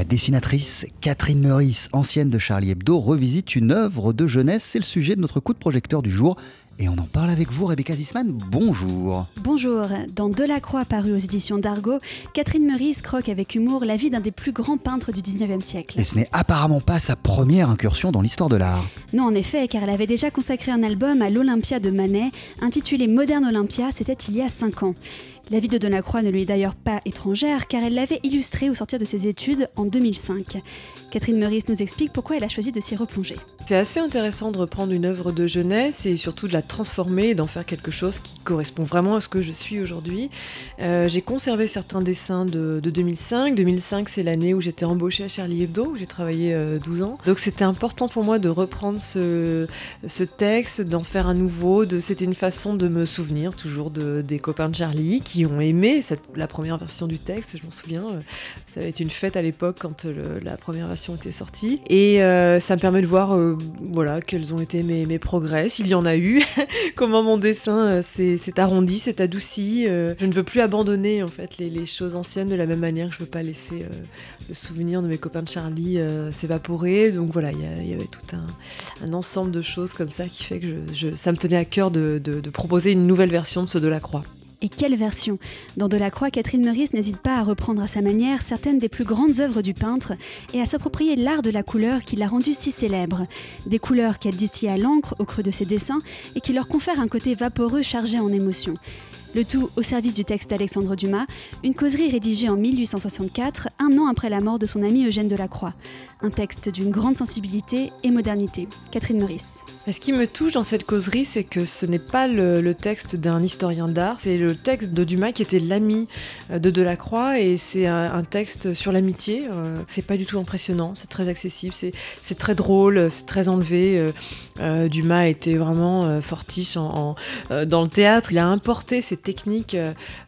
dessinatrice Catherine Meurice, ancienne de Charlie Hebdo, revisite une œuvre de jeunesse. C'est le sujet de notre coup de projecteur du jour. Et on en parle avec vous, Rebecca Zisman. Bonjour. Bonjour. Dans Delacroix, paru aux éditions d'Argo, Catherine Meurice croque avec humour la vie d'un des plus grands peintres du 19e siècle. Et ce n'est apparemment pas sa première incursion dans l'histoire de l'art. Non, en effet, car elle avait déjà consacré un album à l'Olympia de Manet, intitulé Moderne Olympia, c'était il y a 5 ans. La vie de Delacroix ne lui est d'ailleurs pas étrangère, car elle l'avait illustrée au sortir de ses études en 2005. Catherine Meurice nous explique pourquoi elle a choisi de s'y replonger. C'est assez intéressant de reprendre une œuvre de jeunesse et surtout de la transformer et d'en faire quelque chose qui correspond vraiment à ce que je suis aujourd'hui. J'ai conservé certains dessins de 2005. 2005, c'est l'année où j'étais embauchée à Charlie Hebdo, où j'ai travaillé 12 ans. Donc c'était important pour moi de reprendre ce texte, d'en faire un nouveau. C'était une façon de me souvenir toujours des copains de Charlie qui ont aimé la première version du texte, je m'en souviens. Ça avait été une fête à l'époque quand la première version était sortie. Et ça me permet de voir quels ont été mes progrès, s'il y en a eu, comment mon dessin s'est arrondi, s'est adouci. Je ne veux plus abandonner en fait les choses anciennes de la même manière que je ne veux pas laisser le souvenir de mes copains de Charlie s'évaporer. Donc voilà, il y avait tout un ensemble de choses comme ça qui fait que ça me tenait à cœur de proposer une nouvelle version de ce Delacroix. Et quelle version! Dans Delacroix, Catherine Meurice n'hésite pas à reprendre à sa manière certaines des plus grandes œuvres du peintre et à s'approprier l'art de la couleur qui l'a rendu si célèbre. Des couleurs qu'elle distille à l'encre au creux de ses dessins et qui leur confèrent un côté vaporeux chargé en émotions. Le tout au service du texte d'Alexandre Dumas, une causerie rédigée en 1864, un an après la mort de son ami Eugène Delacroix. Un texte d'une grande sensibilité et modernité. Catherine Meurice. Et ce qui me touche dans cette causerie, c'est que ce n'est pas le texte d'un historien d'art, c'est le texte de Dumas qui était l'ami de Delacroix et c'est un texte sur l'amitié. C'est pas du tout impressionnant, c'est très accessible, c'est très drôle, c'est très enlevé. Dumas était vraiment fortiche dans le théâtre. Il a importé ces techniques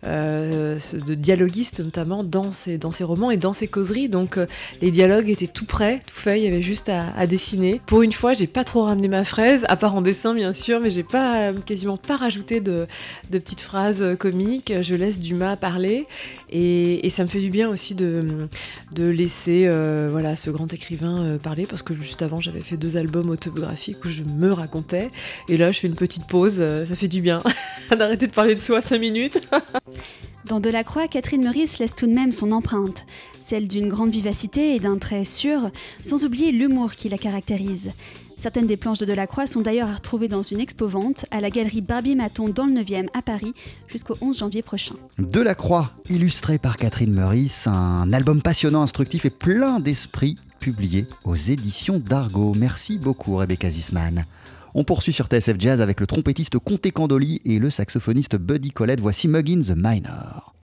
de dialoguiste notamment dans ses romans et dans ses causeries. Donc les dialogues étaient tout prêts, tout faits, il y avait juste à dessiner. Pour une fois, j'ai pas trop ramené ma fraise, à part en dessin bien sûr, mais j'ai quasiment pas rajouté de petites phrases comiques. Je laisse Dumas parler et ça me fait du bien aussi de laisser ce grand écrivain parler, parce que juste avant j'avais fait 2 albums autobiographiques où je me racontais et là je fais une petite pause, ça fait du bien d'arrêter de parler de soi 5 minutes. Dans Delacroix, Catherine Meurice laisse tout de même son empreinte, celle d'une grande vivacité et d'un trait sûr, sans oublier l'humour qui la caractérise. Certaines des planches de Delacroix sont d'ailleurs à retrouver dans une expo-vente à la galerie Barbier-Maton dans le 9e à Paris jusqu'au 11 janvier prochain. Delacroix, illustré par Catherine Meurice, un album passionnant, instructif et plein d'esprit, publié aux éditions d'Argo. Merci beaucoup Rebecca Zisman. On poursuit sur TSF Jazz avec le trompettiste Conte Candoli et le saxophoniste Buddy Collette. Voici Mug in the Minor.